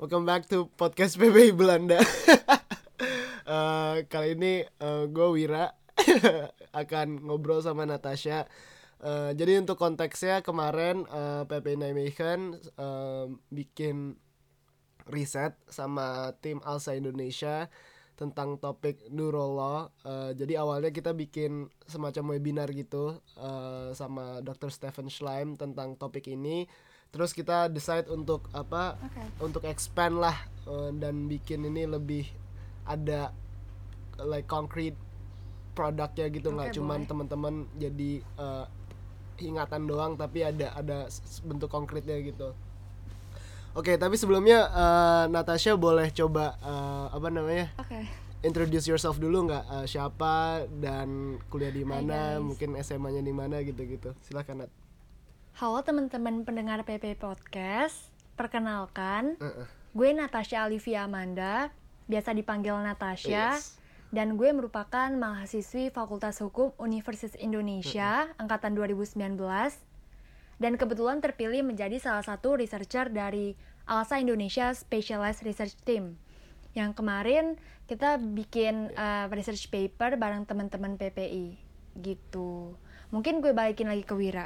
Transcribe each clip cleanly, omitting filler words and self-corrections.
Welcome back to podcast PBI Belanda. Kali ini gue Wira akan ngobrol sama Natasha. Jadi untuk konteksnya kemarin PPI Nijmegen bikin riset sama tim ALSA Indonesia tentang topik neurolaw. Jadi awalnya kita bikin semacam webinar gitu sama Dr. Stephen Schleim tentang topik ini. Terus kita decide untuk untuk expand lah dan bikin ini lebih ada like concrete produknya gitu, nggak cuman teman-teman jadi ingatan doang, tapi ada bentuk konkretnya gitu. Oke, tapi sebelumnya Natasha boleh coba introduce yourself dulu nggak? Siapa dan kuliah di mana, mungkin SMA-nya di mana gitu-gitu. Silakan Nat. Halo teman-teman pendengar PP Podcast, perkenalkan, gue Natasha Alivia Amanda, biasa dipanggil Natasha, dan gue merupakan mahasiswi Fakultas Hukum Universitas Indonesia, angkatan 2019, dan kebetulan terpilih menjadi salah satu researcher dari ALSA Indonesia Specialized Research Team, yang kemarin kita bikin research paper bareng teman-teman PPI, gitu. Mungkin gue balikin lagi ke Wira.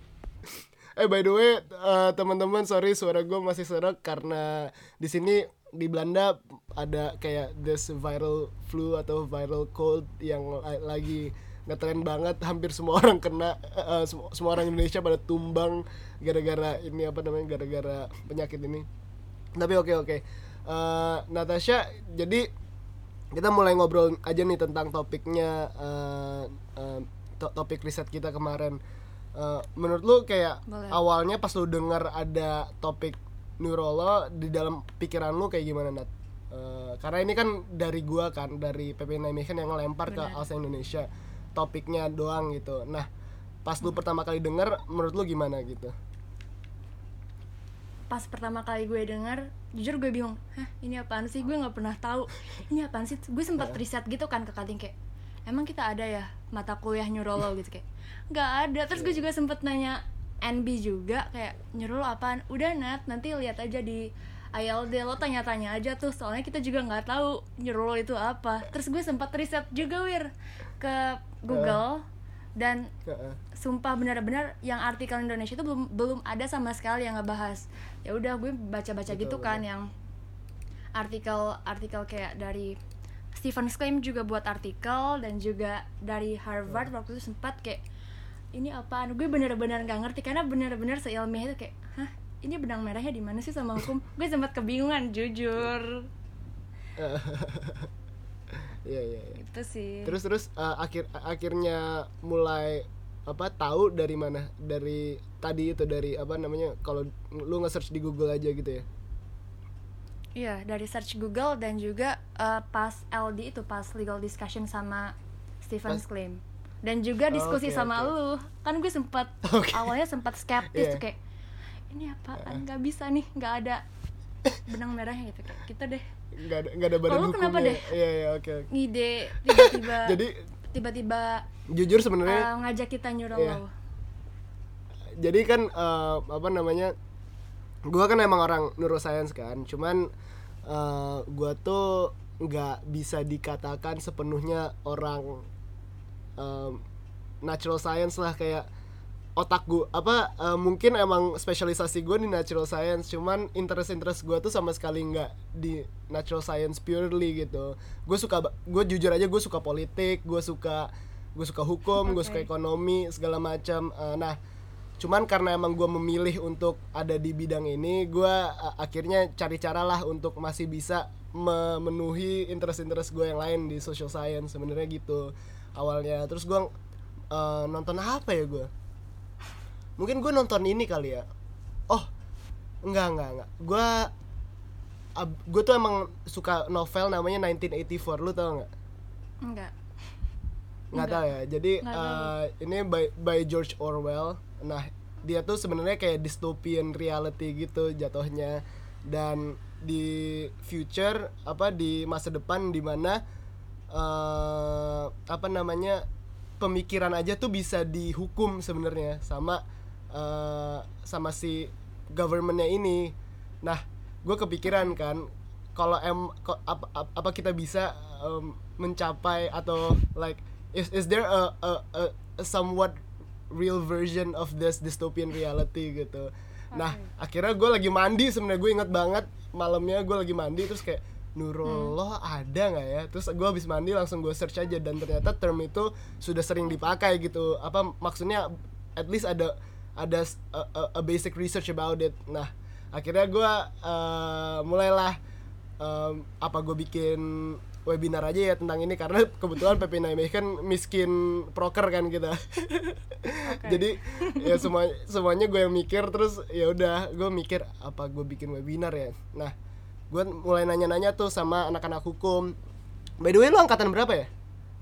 By the way, teman-teman, sorry suara gue masih serak karena di sini di Belanda ada kayak this viral flu atau viral cold yang lagi ngetren banget, hampir semua orang kena, semua orang Indonesia pada tumbang gara-gara ini gara-gara penyakit ini. Tapi oke. Natasha, jadi kita mulai ngobrol aja nih tentang topiknya, topik riset kita kemarin. Menurut lu kayak awalnya pas lu dengar ada topik neurolaw, di dalam pikiran lu kayak gimana, Nat? Karena ini kan dari gua kan, dari PPI Nijmegen yang ngelempar ke ALSA Indonesia topiknya doang gitu. Nah, pas lu pertama kali denger, menurut lu gimana gitu? Pas pertama kali gue denger, jujur gue bingung, ini apaan sih? Gue nggak pernah tahu ini apaan sih. Gue sempat riset gitu kan ke Kating, kayak emang kita ada ya mata kuliah neurologi gitu, kayak nggak ada. Terus gue juga sempet nanya NB juga, kayak neurologi apaan? Udah Nat, nanti lihat aja di ILD, lo tanya-tanya aja tuh, soalnya kita juga nggak tahu neurologi itu apa. Terus gue sempat riset juga ke Google, dan sumpah benar-benar yang artikel Indonesia itu belum ada sama sekali yang ngebahas. Ya udah gue baca-baca gitu kan, yang artikel kayak dari Stephen Schleim juga buat artikel, dan juga dari Harvard waktu itu sempat kayak ini apaan. Gue benar-benar nggak ngerti karena benar-benar seilmiah itu, kayak ini benang merahnya di mana sih sama hukum. Gue sempat kebingungan jujur. Iya. Itu sih. Terus akhirnya mulai tahu dari mana? Dari tadi itu, dari kalau lu nge-search di Google aja gitu ya? Iya, dari search Google, dan juga pas LD itu, pas legal discussion sama Stephen Schleim, dan juga diskusi sama lu. Kan gue sempat awalnya sempat skeptis tuh, kayak ini apaan, nggak bisa nih, nggak ada benang merahnya gitu, kayak kita deh nggak ada badan hukumnya. Kenapa deh oke. ngide tiba-tiba jadi tiba-tiba jujur sebenarnya ngajak kita neurologi. Jadi kan gue kan emang orang neuroscience kan, cuman gue tuh nggak bisa dikatakan sepenuhnya orang natural science lah, kayak otak gue mungkin emang spesialisasi gue di natural science, cuman interest gue tuh sama sekali nggak di natural science purely gitu. Gue jujur aja, gue suka politik, gue suka hukum, gue suka ekonomi segala macam. Nah, cuman karena emang gue memilih untuk ada di bidang ini, gue akhirnya cari cara lah untuk masih bisa memenuhi interest gue yang lain di social science sebenarnya gitu awalnya. Terus gue nonton apa ya gue? Mungkin gue nonton ini kali ya. Enggak. Gue tuh emang suka novel namanya 1984. Lu tau nggak? Nggak tahu ya. Jadi ini by George Orwell. Nah, dia tuh sebenarnya kayak dystopian reality gitu jatuhnya. Dan di future, di masa depan, di mana pemikiran aja tuh bisa dihukum sebenarnya sama si governmentnya ini. Nah, gue kepikiran kan kalau apa kita bisa mencapai atau like is there a somewhat real version of this dystopian reality gitu. Nah akhirnya gue lagi mandi, sebenarnya gue inget banget malamnya gue lagi mandi terus kayak neurolog ada nggak ya, terus gue habis mandi langsung gue search aja dan ternyata term itu sudah sering dipakai gitu, apa maksudnya at least ada a basic research about it. Nah akhirnya gue mulailah apa gue bikin webinar aja ya tentang ini karena kebetulan PP Nijmegen miskin proker kan kita. Jadi ya semuanya gue yang mikir, terus ya udah gue mikir apa gue bikin webinar ya. Nah gue mulai nanya-nanya tuh sama anak-anak hukum. By the way lu angkatan berapa ya?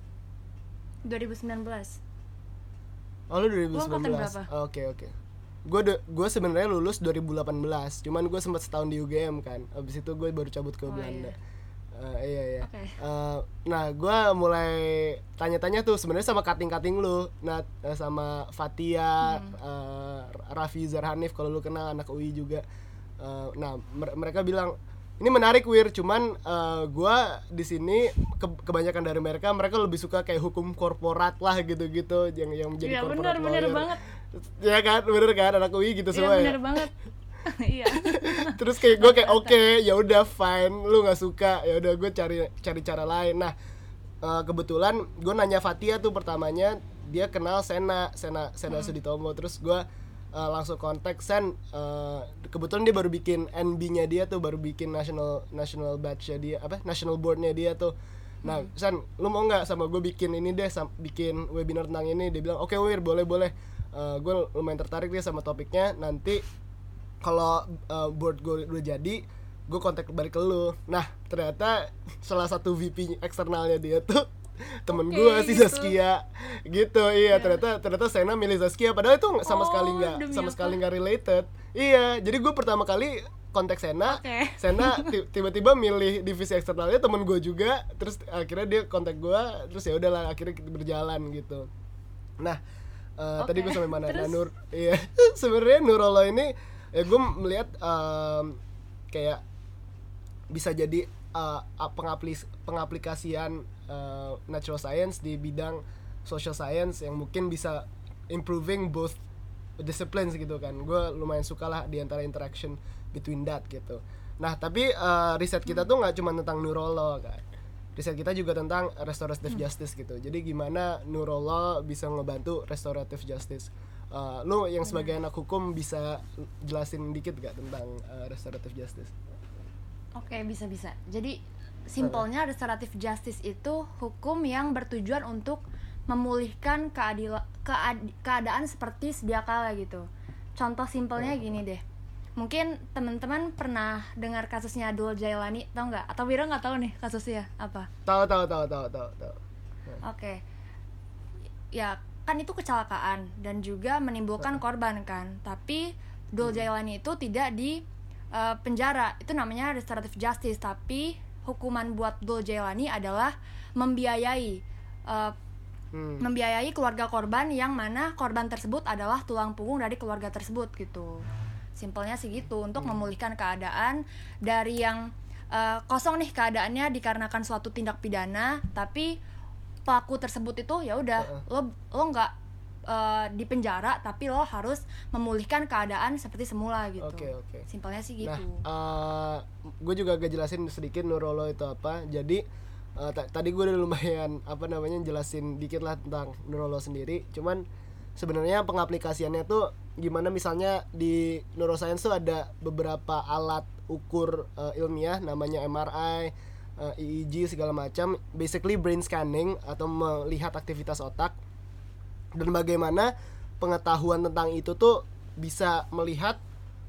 2019. Oh lu 2019. Lu angkatan berapa? Oke. Gue sebenarnya lulus 2018, cuman gue sempat setahun di UGM kan. Abis itu gue baru cabut ke Belanda. Iya. Okay. Nah gue mulai tanya-tanya tuh sebenarnya sama kating-kating lu, nah sama Fatia, Raffi Zarhanif kalau lu kenal, anak UI juga. Nah mereka bilang ini menarik Wir, cuman gue di sini kebanyakan dari mereka lebih suka kayak hukum korporat lah gitu-gitu yang menjadi korporat lawyer. Bener banget. Ya kan, bener kan, anak UI gitu semua ya. Iya bener banget. Iya. Terus kayak gue kayak oke, ya udah fine, lu nggak suka ya udah gue cari cara lain. Nah kebetulan gue nanya Fatia tuh pertamanya, dia kenal Sena Suditomo, terus gue langsung kontak Sen, kebetulan dia baru bikin NB-nya dia tuh, baru bikin national batch-nya dia, apa national board-nya dia tuh. Nah Sen, lu mau nggak sama gue bikin ini deh, bikin webinar tentang ini? Dia bilang oke Wir, boleh. Gue lumayan tertarik dia sama topiknya. Nanti kalau board gue udah jadi, gue kontak balik ke lu. Nah ternyata salah satu VP eksternalnya dia tuh temen gue si gitu. Zaskia gitu. Iya ternyata Sena milih Zaskia, padahal itu sama sekali nggak related. Iya, jadi gue pertama kali kontak Sena. Sena tiba-tiba milih divisi eksternalnya temen gue juga, terus akhirnya dia kontak gue, terus ya udahlah akhirnya kita berjalan gitu. Nah tadi gue sampai mana? Nah, iya sebenarnya Nurolo ini ya gue melihat kayak bisa jadi pengaplikasian natural science di bidang social science yang mungkin bisa improving both disciplines gitu kan. Gue lumayan suka lah di antara interaction between that gitu. Nah tapi riset kita tuh nggak cuma tentang neurolog kan, riset kita juga tentang restorative justice gitu. Jadi gimana neurolog bisa ngebantu restorative justice. Lu yang sebagai anak hukum bisa jelasin dikit gak tentang restorative justice? Oke, bisa. Jadi simpelnya restorative justice itu hukum yang bertujuan untuk memulihkan keadaan seperti sedia kala gitu. Contoh simpelnya gini deh. Mungkin teman-teman pernah dengar kasusnya Abdul Jailani, tahu nggak? Atau Wira nggak tahu nih kasusnya apa? Tahu. Oke. Ya kan itu kecelakaan dan juga menimbulkan korban kan. Tapi Abdul Jailani itu tidak di penjara. Itu namanya restorative justice. Tapi hukuman buat Abdul Jailani adalah membiayai keluarga korban, yang mana korban tersebut adalah tulang punggung dari keluarga tersebut gitu. Simpelnya sih gitu, untuk memulihkan keadaan dari yang kosong nih keadaannya dikarenakan suatu tindak pidana, tapi pelaku tersebut itu ya udah lo nggak di penjara, tapi lo harus memulihkan keadaan seperti semula gitu. Oke. Simpelnya sih gitu. Nah, gue juga agak jelasin sedikit neurolo itu apa. Jadi tadi gue udah lumayan jelasin dikit lah tentang neurolo sendiri. Cuman sebenarnya pengaplikasiannya tuh gimana, misalnya di neuroscience tuh ada beberapa alat ukur ilmiah namanya MRI, EEG segala macam, basically brain scanning atau melihat aktivitas otak, dan bagaimana pengetahuan tentang itu tuh bisa melihat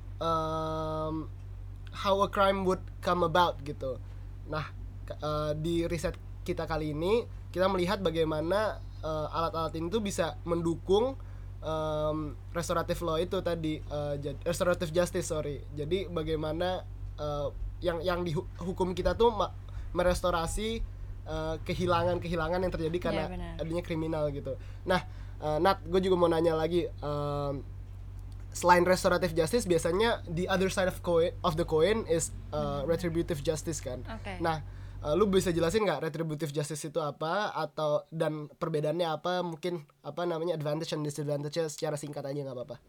how a crime would come about gitu. Nah di riset kita kali ini kita melihat bagaimana alat-alat ini tuh bisa mendukung restorative law itu tadi, restorative justice Jadi bagaimana yang di hukum kita tuh merestorasi kehilangan yang terjadi karena adanya kriminal gitu. Nah Nat, gue juga mau nanya lagi, selain restorative justice biasanya the other side of the coin is retributive justice kan. Oke. Nah, lu bisa jelasin nggak retributive justice itu apa atau dan perbedaannya apa, mungkin apa namanya advantage and disadvantage secara singkat aja nggak apa-apa.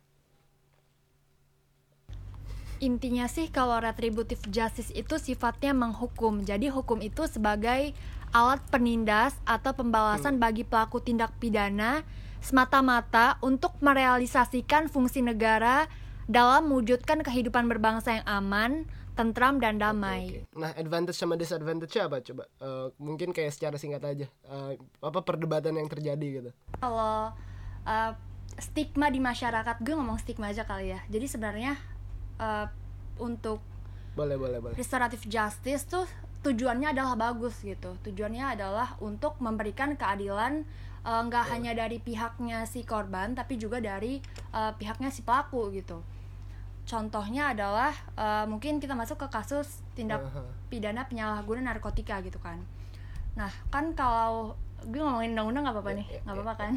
Intinya sih kalau retributive justice itu sifatnya menghukum. Jadi hukum itu sebagai alat penindas atau pembalasan bagi pelaku tindak pidana semata-mata untuk merealisasikan fungsi negara dalam mewujudkan kehidupan berbangsa yang aman, tentram, dan damai. Okay. Nah, advantage sama disadvantage apa coba? Mungkin kayak secara singkat aja. Apa perdebatan yang terjadi gitu? Kalau stigma di masyarakat, gue ngomong stigma aja kali ya. Jadi sebenarnya untuk boleh. restorative justice tuh tujuannya adalah bagus gitu. Tujuannya adalah untuk memberikan keadilan nggak hanya dari pihaknya si korban tapi juga dari pihaknya si pelaku gitu. Contohnya adalah mungkin kita masuk ke kasus tindak pidana penyalahguna narkotika gitu kan. Nah kan kalau gue ngomongin undang-undang nggak apa-apa nih, nggak apa-apa kan?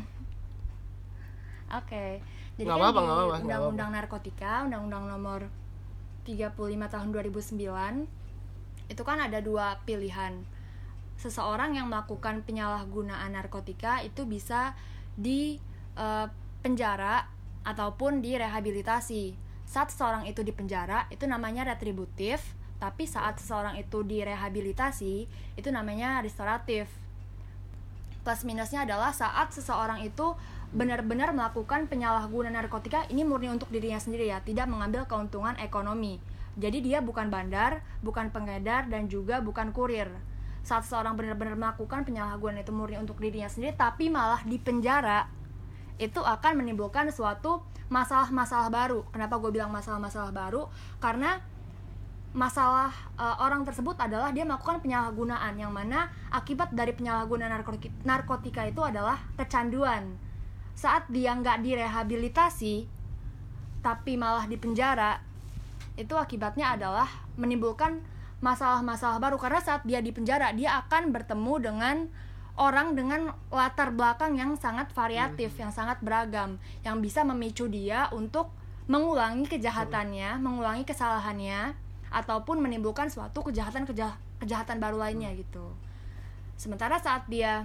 Oke. Jadi nggak kan apa-apa, di undang-undang narkotika, undang-undang nomor 35 tahun 2009 itu kan ada dua pilihan. Seseorang yang melakukan penyalahgunaan narkotika itu bisa di penjara ataupun direhabilitasi. Saat seseorang itu di penjara itu namanya retributif, tapi saat seseorang itu direhabilitasi itu namanya restoratif. Plus minusnya adalah saat seseorang itu benar-benar melakukan penyalahgunaan narkotika, ini murni untuk dirinya sendiri ya, tidak mengambil keuntungan ekonomi. Jadi dia bukan bandar, bukan pengedar, dan juga bukan kurir. Saat seorang benar-benar melakukan penyalahgunaan itu murni untuk dirinya sendiri tapi malah di penjara, itu akan menimbulkan suatu masalah-masalah baru. Kenapa gue bilang masalah-masalah baru? Karena masalah orang tersebut adalah dia melakukan penyalahgunaan, yang mana akibat dari penyalahgunaan narkotika itu adalah kecanduan. Saat dia nggak direhabilitasi tapi malah di penjara, itu akibatnya adalah menimbulkan masalah-masalah baru. Karena saat dia di penjara dia akan bertemu dengan orang dengan latar belakang yang sangat variatif, yang sangat beragam, yang bisa memicu dia untuk mengulangi kejahatannya, mengulangi kesalahannya, ataupun menimbulkan suatu kejahatan baru lainnya gitu. Sementara saat dia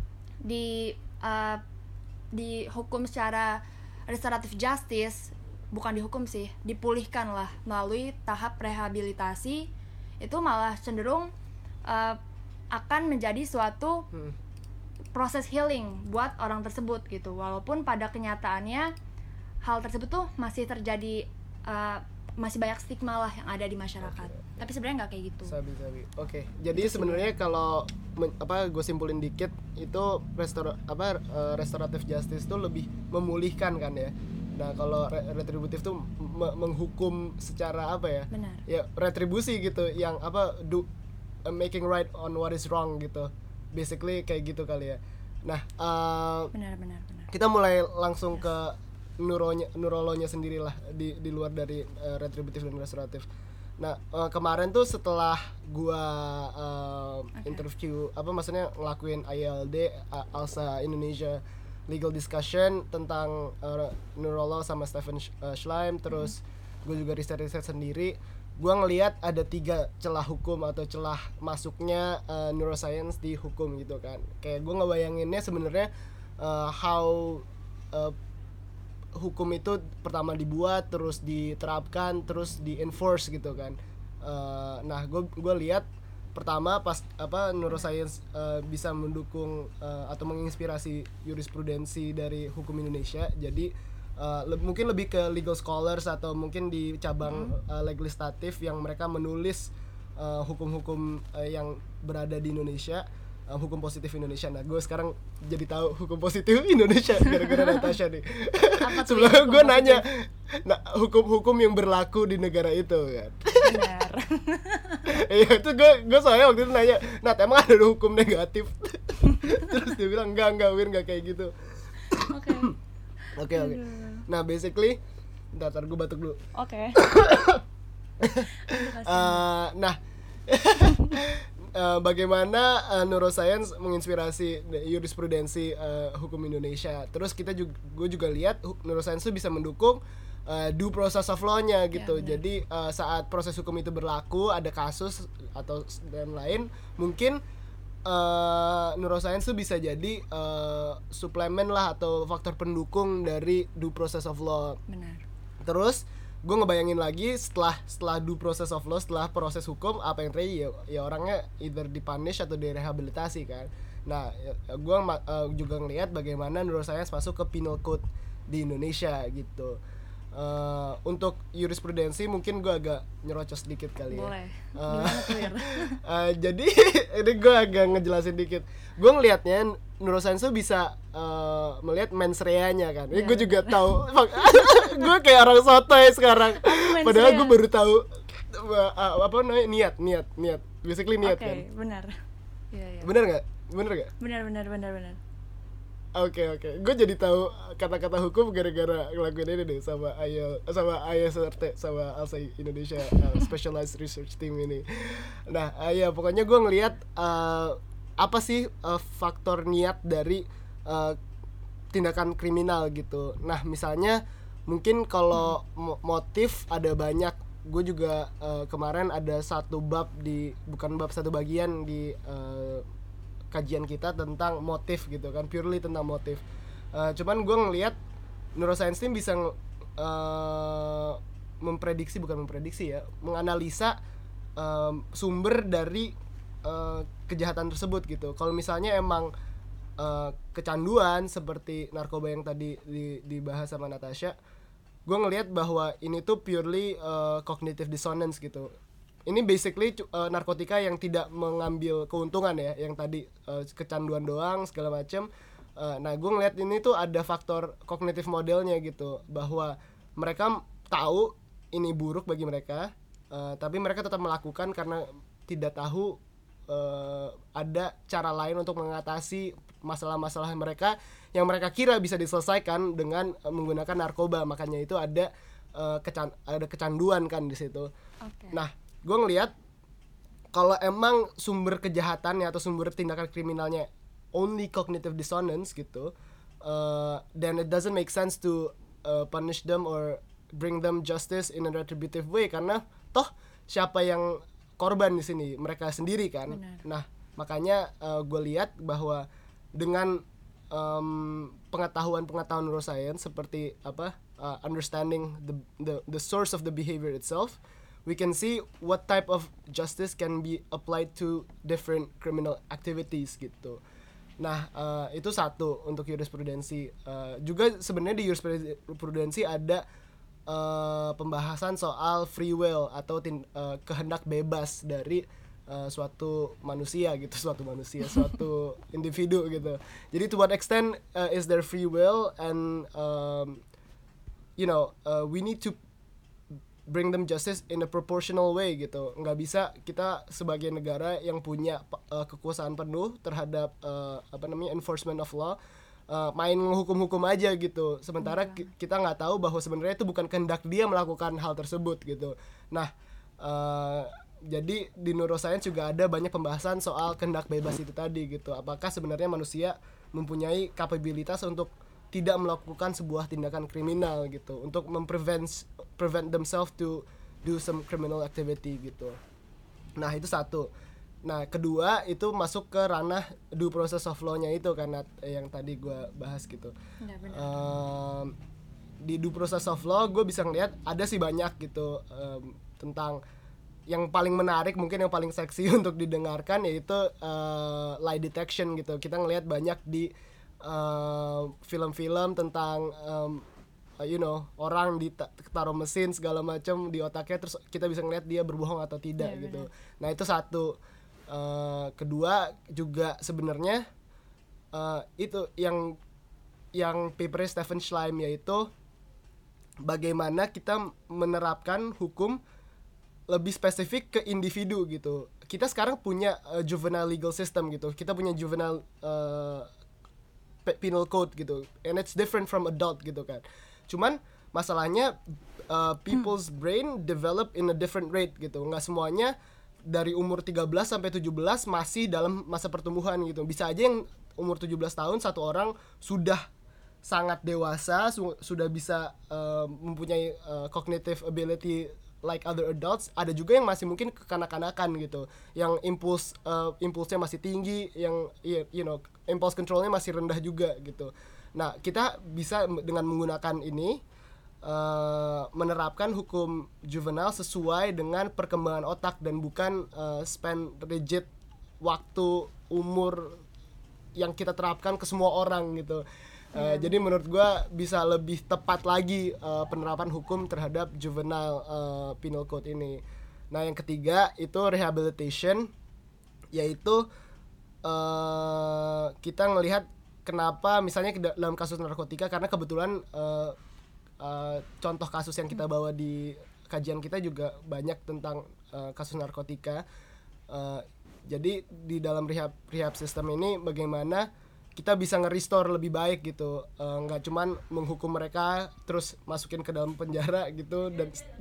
dihukum secara restorative justice, bukan dihukum sih, dipulihkan lah melalui tahap rehabilitasi, itu malah cenderung akan menjadi suatu proses healing buat orang tersebut gitu. Walaupun pada kenyataannya hal tersebut tuh masih terjadi, masih banyak stigma lah yang ada di masyarakat. Tapi sebenarnya nggak kayak gitu. Sabi. Oke. Jadi sebenarnya kalau gue simpulin dikit itu restorative justice itu lebih memulihkan kan ya. Nah kalau retributif tuh menghukum secara apa ya? Benar. Ya retribusi gitu, yang making right on what is wrong gitu. Basically kayak gitu kali ya. Nah Benar. kita mulai langsung ke neurolonya sendiri lah di luar dari retributif dan restoratif. Nah kemarin tuh setelah gua interview maksudnya ngelakuin ILD ALSA Indonesia Legal Discussion tentang neurolog sama Stephen Schleim, terus gue juga riset sendiri, gue ngelihat ada 3 celah hukum atau celah masuknya neuroscience di hukum gitu kan. Kayak gue ngebayanginnya sebenarnya how hukum itu pertama dibuat, terus diterapkan, terus di-enforce gitu kan. Nah gue lihat pertama pas neuroscience bisa mendukung atau menginspirasi jurisprudensi dari hukum Indonesia. Jadi mungkin lebih ke legal scholars atau mungkin di cabang legislatif yang mereka menulis hukum-hukum yang berada di Indonesia, hukum positif Indonesia. Nah gue sekarang jadi tahu hukum positif Indonesia gara-gara Natasha nih. Sebelumnya gue nanya, nah hukum-hukum yang berlaku di negara itu kan. Benar. Iya itu gue soalnya waktu itu nanya, nah emang ada hukum negatif? Terus dia bilang enggak Wir, enggak kayak gitu. Oke. Nah basically, ntar gue batuk dulu. Oke. Nah bagaimana neuroscience menginspirasi jurisprudensi hukum Indonesia. Terus gue juga lihat neuroscience itu bisa mendukung due process of law-nya gitu. Ya, jadi saat proses hukum itu berlaku, ada kasus atau dan lain, mungkin neuroscience itu bisa jadi suplemen lah atau faktor pendukung dari due process of law. Benar. Terus gue ngebayangin lagi setelah due process of law, setelah proses hukum, apa yang terjadi ya orangnya either dipunish atau direhabilitasi kan. Nah, gue juga ngelihat bagaimana neuroscience masuk ke penal code di Indonesia gitu. Untuk jurisprudensi mungkin gue agak nyerocos dikit kali ya. Boleh. Gimana tuh ya? Jadi ini gue agak ngejelasin dikit. Gue ngelihatnya neuroscience tuh bisa melihat mens rea-nya kan. Ini gue juga tahu. Gue kayak orang sotoy sekarang. Padahal gue baru tahu apa namanya niat. Basically niat kan. Oke, benar. Iya. Bener nggak? Benar. Oke. Gue jadi tahu kata-kata hukum gara-gara ngelakuin ini deh sama ISRT sama ALSA Indonesia Specialized Research Team ini. Nah, ya pokoknya gue ngelihat apa sih faktor niat dari tindakan kriminal gitu. Nah, misalnya mungkin kalau motif ada banyak. Gue juga kemarin ada satu bagian di kajian kita tentang motif gitu kan, purely tentang motif. Cuman gue ngelihat neuroscience ini bisa menganalisa sumber dari kejahatan tersebut gitu. Kalau misalnya emang kecanduan seperti narkoba yang tadi dibahas sama Natasha, gue ngelihat bahwa ini tuh purely cognitive dissonance gitu. Ini basically narkotika yang tidak mengambil keuntungan ya, yang tadi kecanduan doang segala macam. Nah, gue ngeliat ini tuh ada faktor kognitif modelnya gitu, bahwa mereka tahu ini buruk bagi mereka, tapi mereka tetap melakukan karena tidak tahu ada cara lain untuk mengatasi masalah-masalah mereka yang mereka kira bisa diselesaikan dengan menggunakan narkoba. Makanya itu ada kecanduan kan di situ. Okay. Nah, gue ngelihat kalau emang sumber kejahatannya atau sumber tindakan kriminalnya only cognitive dissonance gitu, then it doesn't make sense to punish them or bring them justice in a retributive way, karena toh siapa yang korban di sini, mereka sendiri kan. Benar. Nah, makanya gue lihat bahwa dengan pengetahuan neuroscience seperti understanding the source of the behavior itself, we can see what type of justice can be applied to different criminal activities gitu. Nah, itu satu untuk jurisprudensi. Juga sebenarnya di jurisprudensi ada pembahasan soal free will atau kehendak bebas dari suatu individu gitu. Jadi to what extent is there free will, and we need to bring them justice in a proportional way gitu. Nggak bisa kita sebagai negara yang punya kekuasaan penuh terhadap enforcement of law, main ngehukum-hukum aja gitu. Sementara kita nggak tahu bahwa sebenarnya itu bukan kehendak dia melakukan hal tersebut gitu. Nah, jadi di neuroscience juga ada banyak pembahasan soal kehendak bebas itu tadi gitu. Apakah sebenarnya manusia mempunyai kapabilitas untuk tidak melakukan sebuah tindakan kriminal gitu, untuk prevent themselves to do some criminal activity gitu. Nah, itu satu. Nah, kedua itu masuk ke ranah due process of law-nya itu, karena yang tadi gue bahas gitu. Di due process of law gue bisa ngeliat ada sih banyak gitu, tentang yang paling menarik, mungkin yang paling seksi untuk didengarkan, yaitu lie detection gitu. Kita ngeliat banyak di film-film tentang orang ditaruh mesin segala macam di otaknya, terus kita bisa ngeliat dia berbohong atau tidak gitu. Bener. Nah, itu satu. Kedua juga sebenarnya itu yang paper Stephen Schleim, yaitu bagaimana kita menerapkan hukum lebih spesifik ke individu gitu. Kita sekarang punya juvenile legal system gitu. Kita punya juvenile penal code gitu, and it's different from adult gitu kan. Cuman masalahnya people's brain develop in a different rate gitu. Nggak semuanya dari umur 13 sampai 17 masih dalam masa pertumbuhan gitu. Bisa aja yang umur 17 tahun satu orang sudah sangat dewasa, sudah bisa mempunyai cognitive ability like other adults. Ada juga yang masih mungkin kekanak-kanakan gitu, yang impulsnya masih tinggi, yang impulse controlnya masih rendah juga gitu. Nah, kita bisa dengan menggunakan ini menerapkan hukum juvenile sesuai dengan perkembangan otak dan bukan spend rigid waktu umur yang kita terapkan ke semua orang gitu. Jadi menurut gue bisa lebih tepat lagi penerapan hukum terhadap juvenile penal code ini. Nah, yang ketiga itu rehabilitation, yaitu kita ngelihat kenapa misalnya dalam kasus narkotika, karena kebetulan contoh kasus yang kita bawa di kajian kita juga banyak tentang kasus narkotika. Jadi di dalam rehab system ini bagaimana kita bisa nge-restore lebih baik gitu, nggak cuman menghukum mereka terus masukin ke dalam penjara gitu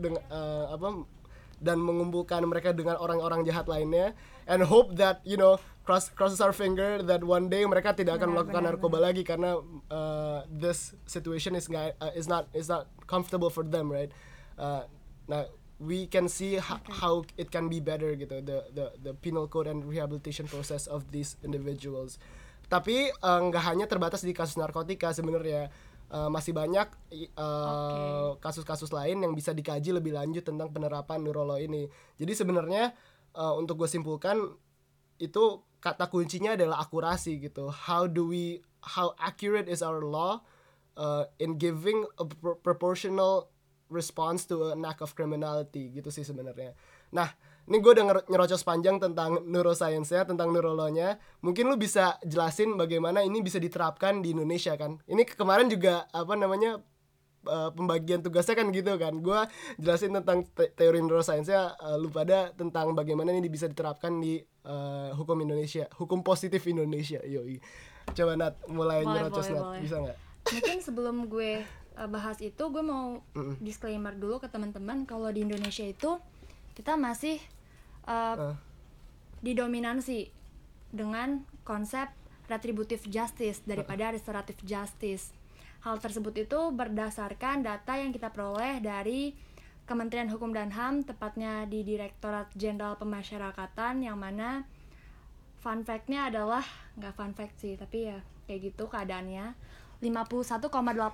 dan mengumpulkan mereka dengan orang-orang jahat lainnya and hope that crosses our finger that one day mereka tidak akan melakukan narkoba lagi karena this situation is not comfortable for them, right? Nah, we can see how it can be better gitu, the penal code and rehabilitation process of these individuals. Tapi nggak hanya terbatas di kasus narkotika sebenarnya. Masih banyak kasus-kasus lain yang bisa dikaji lebih lanjut tentang penerapan neurolaw ini. Jadi sebenarnya untuk gue simpulkan itu kata kuncinya adalah akurasi gitu. How accurate is our law in giving a proportional response to an act of criminality gitu sih sebenarnya. Nah, ini gue udah nyerocos panjang tentang neuroscience-nya, tentang neurolonya. Mungkin lu bisa jelasin bagaimana ini bisa diterapkan di Indonesia kan. Ini kemarin juga pembagian tugasnya kan gitu kan. Gue jelasin tentang teori neuroscience-nya, lu pada tentang bagaimana ini bisa diterapkan di hukum Indonesia, hukum positif Indonesia. Yoi. Coba Nat, mulai nyerocos Nat, bisa nggak? Mungkin sebelum gue bahas itu, gue mau disclaimer dulu ke teman-teman kalau di Indonesia itu kita masih didominasi dengan konsep retributive justice daripada restorative justice. Hal tersebut itu berdasarkan data yang kita peroleh dari Kementerian Hukum dan HAM, tepatnya di Direktorat Jenderal Pemasyarakatan, yang mana fun fact-nya adalah, nggak fun fact sih, tapi ya kayak gitu keadaannya, 51,8%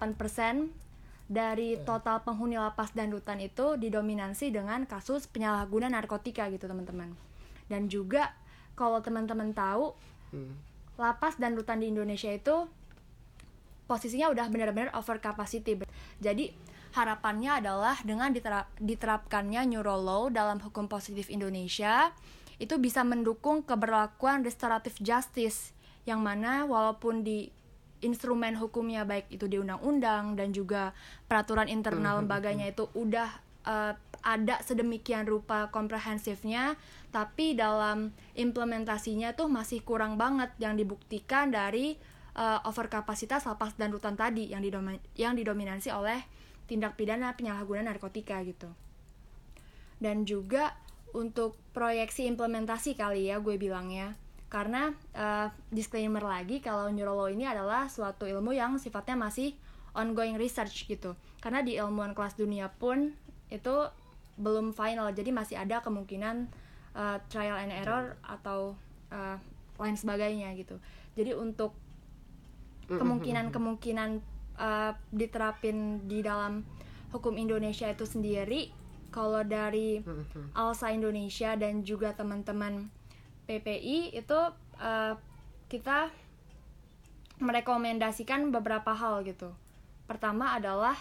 dari total penghuni lapas dan rutan itu didominasi dengan kasus penyalahguna narkotika gitu teman-teman. Dan juga kalau teman-teman tahu, lapas dan rutan di Indonesia itu posisinya udah benar-benar over capacity. Jadi harapannya adalah dengan diterapkannya neurolaw dalam hukum positif Indonesia itu bisa mendukung keberlakuan restorative justice, yang mana walaupun di instrumen hukumnya baik itu di undang-undang dan juga peraturan internal lembaganya itu udah ada sedemikian rupa komprehensifnya, tapi dalam implementasinya tuh masih kurang banget yang dibuktikan dari overkapasitas lapas dan rutan tadi yang didominasi oleh tindak pidana penyalahgunaan narkotika gitu. Dan juga untuk proyeksi implementasi kali ya gue bilangnya, karena disclaimer lagi kalau neurolaw ini adalah suatu ilmu yang sifatnya masih ongoing research gitu, karena di ilmuwan kelas dunia pun itu belum final, jadi masih ada kemungkinan trial and error atau lain sebagainya gitu. Jadi untuk kemungkinan diterapin di dalam hukum Indonesia itu sendiri, kalau dari ALSA Indonesia dan juga teman-teman PPI itu kita merekomendasikan beberapa hal gitu. Pertama adalah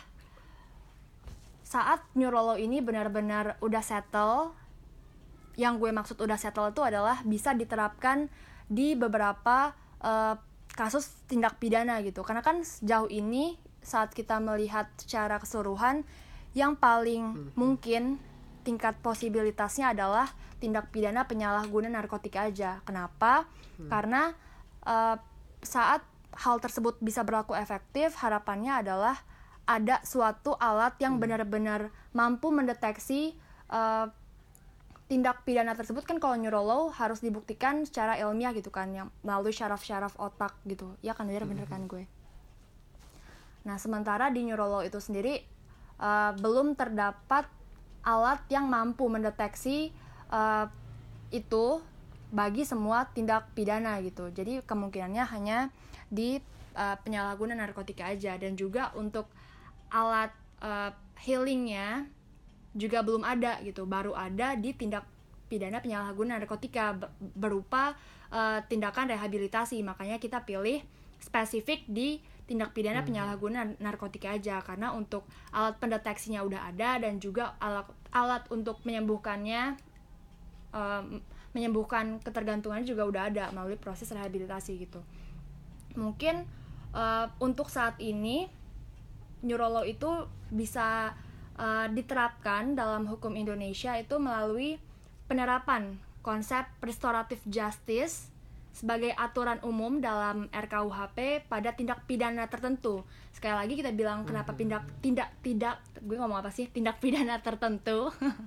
saat neurolaw ini benar-benar udah settle, yang gue maksud udah settle itu adalah bisa diterapkan di beberapa kasus tindak pidana gitu. Karena kan sejauh ini saat kita melihat secara keseluruhan, yang paling mungkin tingkat posibilitasnya adalah tindak pidana penyalahguna narkotika aja. Kenapa? Karena saat hal tersebut bisa berlaku efektif, harapannya adalah ada suatu alat yang benar-benar mampu mendeteksi tindak pidana tersebut kan kalau neurolow harus dibuktikan secara ilmiah gitu kan, yang melalui syaraf-syaraf otak gitu. Ya kan, bener kan gue. Nah, sementara di neurolow itu sendiri belum terdapat alat yang mampu mendeteksi itu bagi semua tindak pidana gitu. Jadi kemungkinannya hanya di penyalahgunaan narkotika aja, dan juga untuk alat healingnya juga belum ada gitu, baru ada di tindak pidana penyalahgunaan narkotika berupa tindakan rehabilitasi. Makanya kita pilih spesifik di tindak pidana penyalahgunaan narkotika aja, karena untuk alat pendeteksinya udah ada, dan juga alat untuk menyembuhkannya, menyembuhkan ketergantungan juga udah ada melalui proses rehabilitasi gitu. Mungkin untuk saat ini neurolow itu bisa diterapkan dalam hukum Indonesia itu melalui penerapan konsep restoratif justice sebagai aturan umum dalam RKUHP pada tindak pidana tertentu. Sekali lagi kita bilang kenapa tindak pidana tertentu.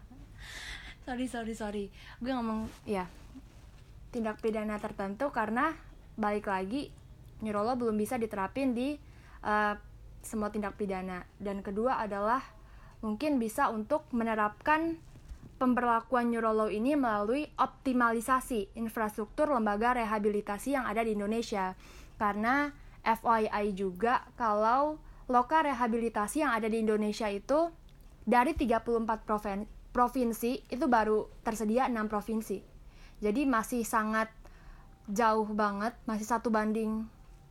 sorry gue ngomong ya tindak pidana tertentu karena balik lagi neurolow belum bisa diterapin di semua tindak pidana. Dan kedua adalah mungkin bisa untuk menerapkan pemberlakuan neurolow ini melalui optimalisasi infrastruktur lembaga rehabilitasi yang ada di Indonesia. Karena FYI juga kalau loka rehabilitasi yang ada di Indonesia itu dari 34 provinsi itu baru tersedia 6 provinsi. Jadi masih sangat jauh banget, masih 1:6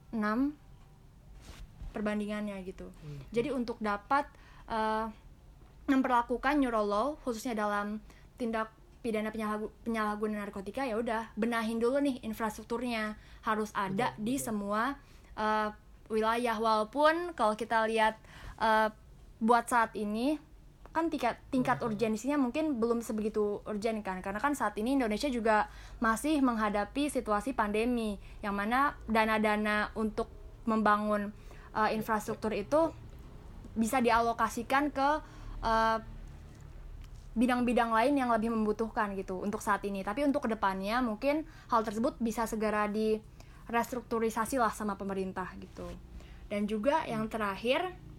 perbandingannya gitu. Jadi untuk dapat memperlakukan neurolow khususnya dalam tindak pidana penyalahgunaan narkotika, ya udah benahin dulu nih infrastrukturnya, harus ada di semua wilayah. Walaupun kalau kita lihat buat saat ini kan tingkat urgensinya mungkin belum sebegitu urgent kan, karena kan saat ini Indonesia juga masih menghadapi situasi pandemi yang mana dana-dana untuk membangun infrastruktur itu bisa dialokasikan ke bidang-bidang lain yang lebih membutuhkan gitu untuk saat ini. Tapi untuk kedepannya mungkin hal tersebut bisa segera direstrukturisasi lah sama pemerintah gitu. Dan juga yang terakhir,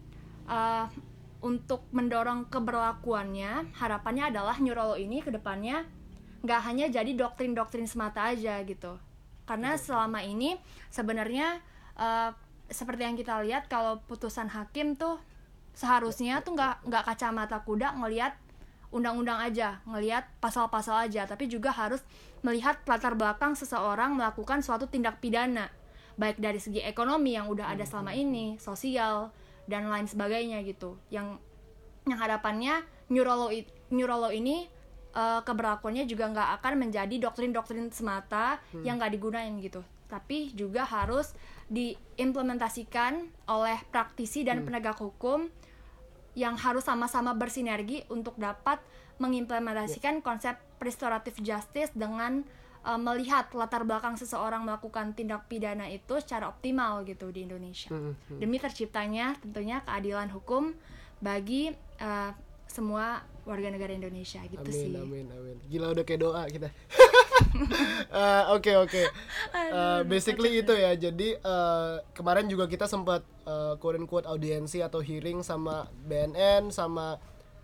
untuk mendorong keberlakuannya, harapannya adalah neurolow ini kedepannya nggak hanya jadi doktrin-doktrin semata aja gitu. Karena selama ini sebenarnya seperti yang kita lihat, kalau putusan hakim tuh seharusnya tuh nggak kacamata kuda ngelihat undang-undang aja, ngelihat pasal-pasal aja, tapi juga harus melihat latar belakang seseorang melakukan suatu tindak pidana, baik dari segi ekonomi yang udah ada selama ini, sosial dan lain sebagainya gitu. Yang harapannya neurolow ini keberlakuannya juga nggak akan menjadi doktrin-doktrin semata yang nggak digunain gitu, tapi juga harus diimplementasikan oleh praktisi dan penegak hukum yang harus sama-sama bersinergi untuk dapat mengimplementasikan konsep restoratif justice dengan melihat latar belakang seseorang melakukan tindak pidana itu secara optimal gitu di Indonesia. Demi terciptanya tentunya keadilan hukum bagi semua warga negara Indonesia gitu. Amin, sih. Amin. Gila udah kayak doa kita. Oke. Basically itu ya. Jadi kemarin juga kita sempat quote unquote audiensi atau hearing sama BNN sama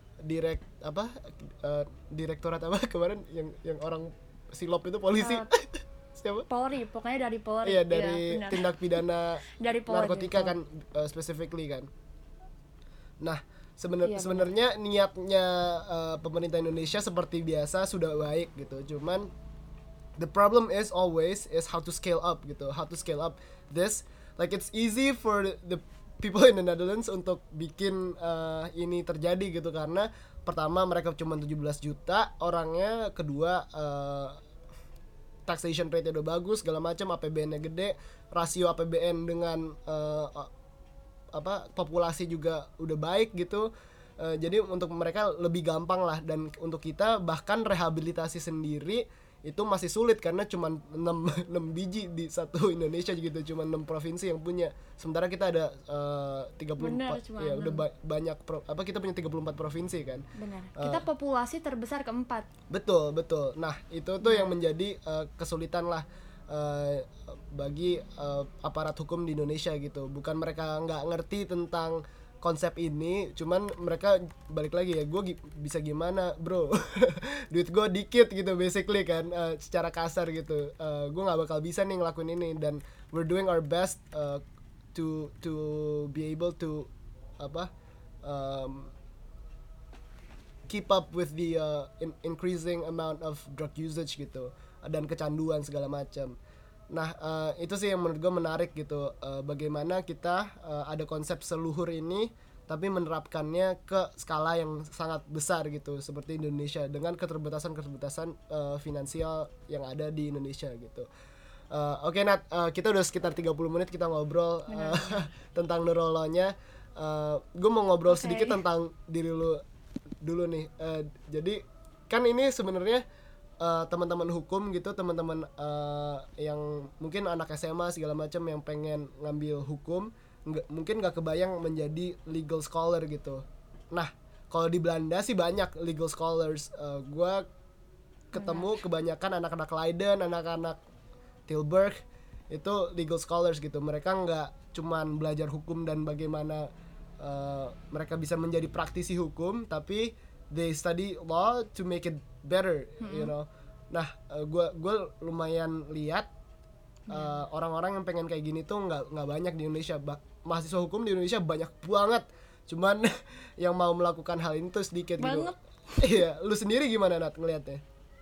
direktorat apa kemarin yang orang silop itu polisi. Siapa? Polri, pokoknya dari Polri. Iya, dari tindak pidana dari Polri, narkotika kan specifically kan. Nah, sebenarnya niatnya pemerintah Indonesia seperti biasa sudah baik gitu. Cuman the problem is always how to scale up gitu. How to scale up this, like it's easy for the people in the Netherlands untuk bikin ini terjadi gitu, karena pertama mereka cuma 17 juta orangnya, kedua taxation rate-nya udah bagus segala macam, APBN-nya gede, rasio APBN dengan populasi juga udah baik gitu. Jadi untuk mereka lebih gampang lah, dan untuk kita bahkan rehabilitasi sendiri itu masih sulit karena cuma 6 biji di satu Indonesia gitu, cuma 6 provinsi yang punya. Sementara kita ada 34. Bener, cuma Ya 6. udah banyak kita punya 34 provinsi kan. Benar. Kita populasi terbesar keempat. Betul. Nah, itu tuh yang menjadi kesulitan lah bagi aparat hukum di Indonesia gitu. Bukan mereka nggak ngerti tentang konsep ini, cuman mereka balik lagi ya, gue bisa gimana bro, duit gue dikit gitu basically kan, secara kasar gitu, gue nggak bakal bisa nih ngelakuin ini, dan we're doing our best to be able to keep up with the increasing amount of drug usage gitu, dan kecanduan segala macam. Nah, itu sih yang menurut gue menarik gitu, bagaimana kita ada konsep seluhur ini tapi menerapkannya ke skala yang sangat besar gitu, seperti Indonesia dengan keterbatasan finansial yang ada di Indonesia gitu. Oke, Nat, kita udah sekitar 30 menit kita ngobrol tentang neurolonya. Gue mau ngobrol sedikit tentang diri lu dulu nih. Jadi kan ini sebenarnya teman-teman hukum gitu, teman-teman yang mungkin anak SMA segala macam yang pengen ngambil hukum, mungkin nggak kebayang menjadi legal scholar gitu. Nah, kalau di Belanda sih banyak legal scholars. Gue ketemu kebanyakan anak-anak Leiden, anak-anak Tilburg itu legal scholars gitu. Mereka nggak cuman belajar hukum dan bagaimana mereka bisa menjadi praktisi hukum, tapi they study law to make it better, you know. Nah, gue lumayan lihat orang-orang yang pengen kayak gini tuh nggak banyak di Indonesia. Mahasiswa hukum di Indonesia banyak banget, cuman yang mau melakukan hal ini tuh sedikit banget. Gitu. Iya, lu sendiri gimana Nat ngelihatnya?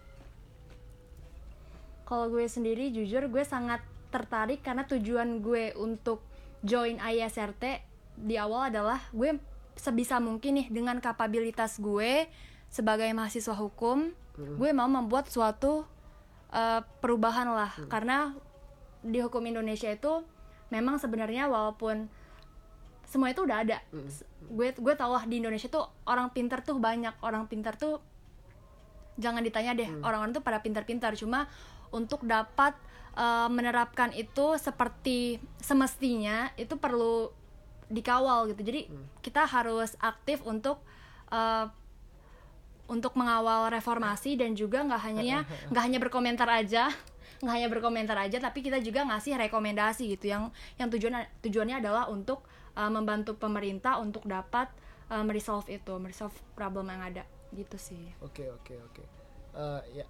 Kalau gue sendiri jujur gue sangat tertarik karena tujuan gue untuk join ISRT di awal adalah gue sebisa mungkin nih dengan kapabilitas gue sebagai mahasiswa hukum, gue mau membuat suatu perubahan lah. Karena di hukum Indonesia itu memang sebenarnya walaupun semua itu udah ada, gue tahu lah di Indonesia tuh orang pintar tuh banyak, orang pintar tuh jangan ditanya deh, orang-orang tuh pada pintar-pintar, cuma untuk dapat menerapkan itu seperti semestinya itu perlu dikawal gitu. Jadi kita harus aktif untuk mengawal reformasi, dan juga nggak hanya berkomentar aja, tapi kita juga ngasih rekomendasi gitu yang tujuannya adalah untuk membantu pemerintah untuk dapat meresolve problem yang ada gitu sih. Oke. Ya.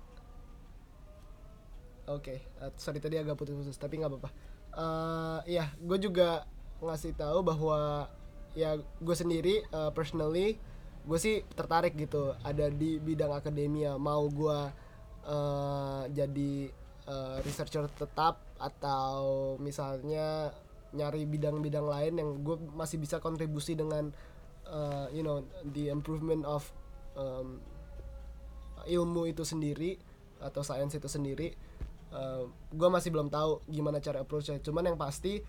Oke, sorry tadi agak putus-putus tapi nggak apa-apa. Ya, gue juga ngasih tahu bahwa ya gue sendiri personally gue sih tertarik gitu ada di bidang akademia, mau gue jadi researcher tetap atau misalnya nyari bidang-bidang lain yang gue masih bisa kontribusi dengan you know, the improvement of ilmu itu sendiri atau sains itu sendiri. Gue masih belum tahu gimana cara approach-nya, cuman yang pasti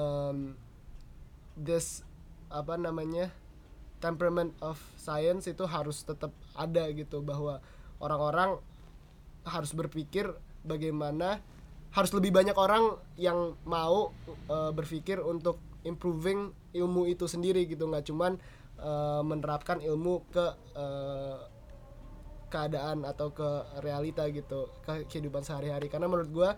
this temperament of science itu harus tetap ada gitu, bahwa orang-orang harus berpikir bagaimana, harus lebih banyak orang yang mau berpikir untuk improving ilmu itu sendiri gitu, nggak cuman menerapkan ilmu ke keadaan atau ke realita gitu, ke kehidupan sehari-hari. Karena menurut gue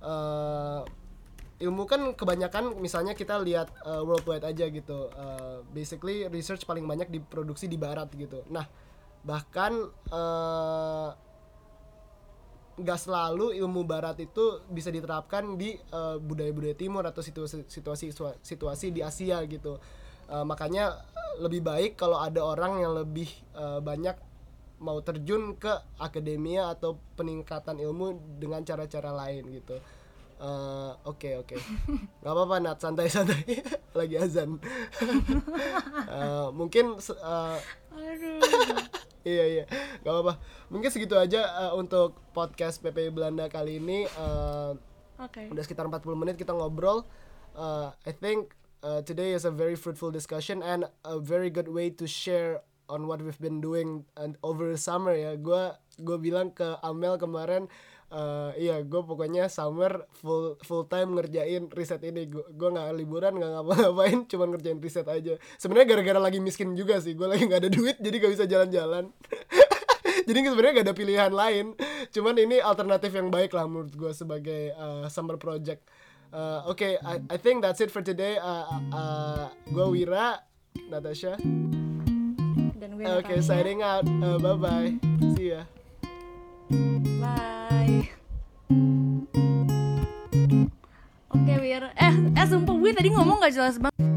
ilmu kan kebanyakan misalnya kita lihat worldwide aja gitu, basically research paling banyak diproduksi di barat gitu. Nah bahkan gak selalu ilmu barat itu bisa diterapkan di budaya-budaya timur atau situasi di Asia gitu. Makanya lebih baik kalau ada orang yang lebih banyak mau terjun ke akademia atau peningkatan ilmu dengan cara-cara lain gitu. Oke. Gak apa-apa Nat, santai lagi azan. Mungkin iya gak apa-apa, mungkin segitu aja untuk podcast PPI Belanda kali ini. Udah sekitar 40 menit kita ngobrol. I think today is a very fruitful discussion and a very good way to share on what we've been doing and over the summer ya. Gue bilang ke Amel kemarin, Iya, gue pokoknya summer full time ngerjain riset ini. Gue nggak liburan, nggak ngapa-ngapain, cuma ngerjain riset aja. Sebenarnya gara-gara lagi miskin juga sih, gue lagi nggak ada duit, jadi gak bisa jalan-jalan. Jadi sebenarnya gak ada pilihan lain. Cuman ini alternatif yang baik lah menurut gue sebagai summer project. Oke, I think that's it for today. Gue Wira, Natasha. Dan gue Oke, Natasha. signing out. Bye bye. See ya. Bye. Oke Wir, sumpah gue tadi ngomong gak jelas banget.